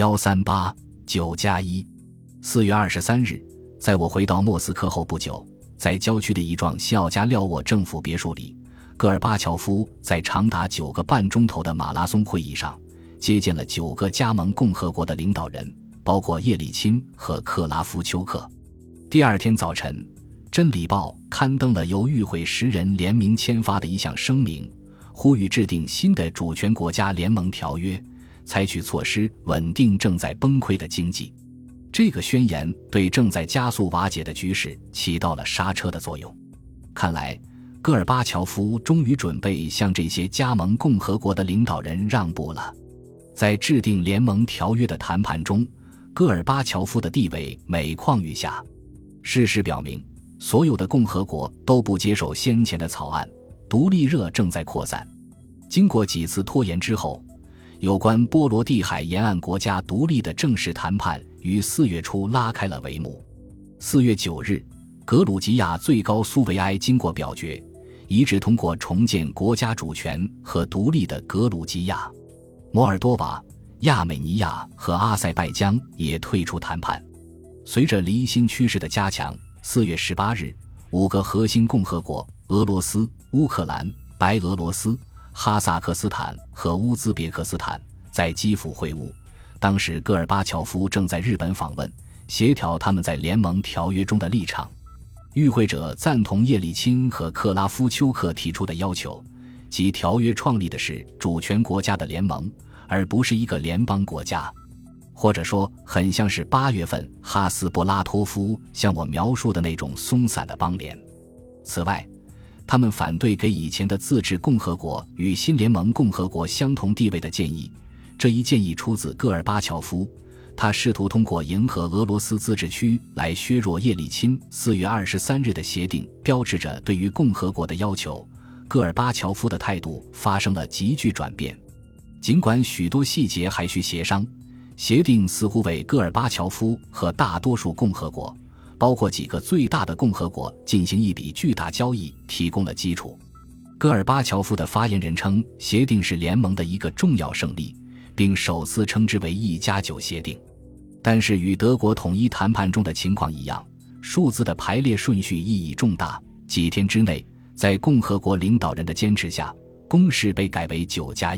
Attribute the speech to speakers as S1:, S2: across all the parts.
S1: 138-9+1 4月23日，在我回到莫斯科后不久，在郊区的一幢西奥加廖沃政府别墅里，戈尔巴乔夫在长达9个半钟头的马拉松会议上接见了9个加盟共和国的领导人，包括叶利钦和克拉夫丘克。第二天早晨，《真理报》刊登了由与会10人联名签发的一项声明，呼吁制定新的主权国家联盟条约，采取措施稳定正在崩溃的经济。这个宣言对正在加速瓦解的局势起到了刹车的作用。看来，戈尔巴乔夫终于准备向这些加盟共和国的领导人让步了。在制定联盟条约的谈判中，戈尔巴乔夫的地位每况愈下。事实表明，所有的共和国都不接受先前的草案，独立热正在扩散。经过几次拖延之后，有关波罗的海沿岸国家独立的正式谈判于4月初拉开了帷幕。4月9日，格鲁吉亚最高苏维埃经过表决，一致通过重建国家主权和独立的格鲁吉亚。摩尔多瓦、亚美尼亚和阿塞拜疆也退出谈判。随着离心趋势的加强，4月18日，5个核心共和国俄罗斯、乌克兰、白俄罗斯、哈萨克斯坦和乌兹别克斯坦在基辅会晤。当时戈尔巴乔夫正在日本访问，协调他们在联盟条约中的立场。与会者赞同叶利钦和克拉夫丘克提出的要求，即条约创立的是主权国家的联盟，而不是一个联邦国家。或者说，很像是8月份哈斯波拉托夫向我描述的那种松散的邦联。此外，他们反对给以前的自治共和国与新联盟共和国相同地位的建议。这一建议出自戈尔巴乔夫，他试图通过迎合俄罗斯自治区来削弱叶利钦4月23日的协定，标志着对于共和国的要求。戈尔巴乔夫的态度发生了急剧转变。尽管许多细节还需协商，协定似乎为戈尔巴乔夫和大多数共和国，包括几个最大的共和国进行一笔巨大交易提供了基础。戈尔巴乔夫的发言人称，协定是联盟的一个重要胜利，并首次称之为1+9协定。但是与德国统一谈判中的情况一样，数字的排列顺序意义重大。几天之内，在共和国领导人的坚持下，公式被改为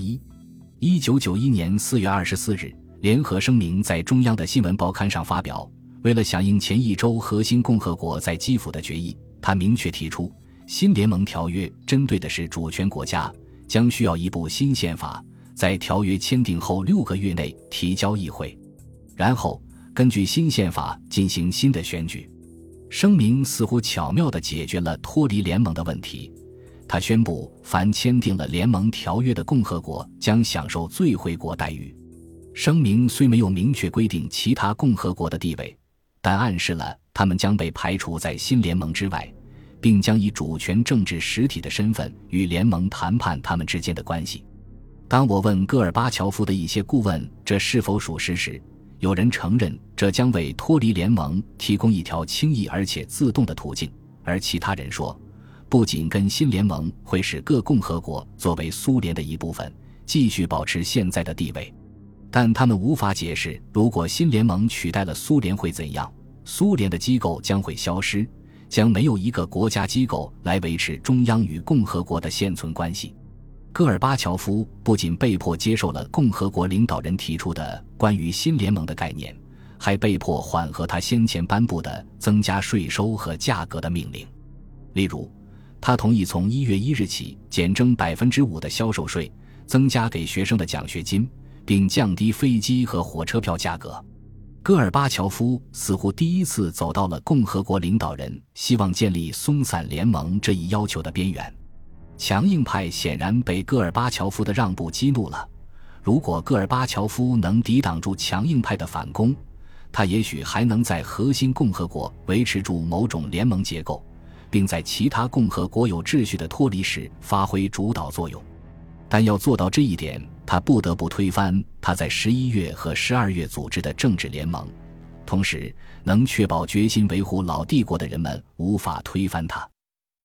S1: 9+1。1991年4月24日，联合声明在中央的新闻报刊上发表。为了响应前一周核心共和国在基辅的决议，他明确提出，新联盟条约针对的是主权国家，将需要一部新宪法，在条约签订后6个月内提交议会，然后根据新宪法进行新的选举。声明似乎巧妙地解决了脱离联盟的问题。他宣布，凡签订了联盟条约的共和国将享受最惠国待遇。声明虽没有明确规定其他共和国的地位，但暗示了他们将被排除在新联盟之外，并将以主权政治实体的身份与联盟谈判他们之间的关系。当我问戈尔巴乔夫的一些顾问这是否属实时，有人承认这将为脱离联盟提供一条轻易而且自动的途径，而其他人说，不仅跟新联盟会使各共和国作为苏联的一部分继续保持现在的地位，但他们无法解释如果新联盟取代了苏联会怎样。苏联的机构将会消失，将没有一个国家机构来维持中央与共和国的现存关系。戈尔巴乔夫不仅被迫接受了共和国领导人提出的关于新联盟的概念，还被迫缓和他先前颁布的增加税收和价格的命令。例如，他同意从1月1日起减征 5% 的销售税，增加给学生的奖学金，并降低飞机和火车票价格。戈尔巴乔夫似乎第一次走到了共和国领导人希望建立松散联盟这一要求的边缘。强硬派显然被戈尔巴乔夫的让步激怒了。如果戈尔巴乔夫能抵挡住强硬派的反攻，他也许还能在核心共和国维持住某种联盟结构，并在其他共和国有秩序的脱离时发挥主导作用。但要做到这一点，他不得不推翻他在11月和12月组织的政治联盟，同时能确保决心维护老帝国的人们无法推翻他。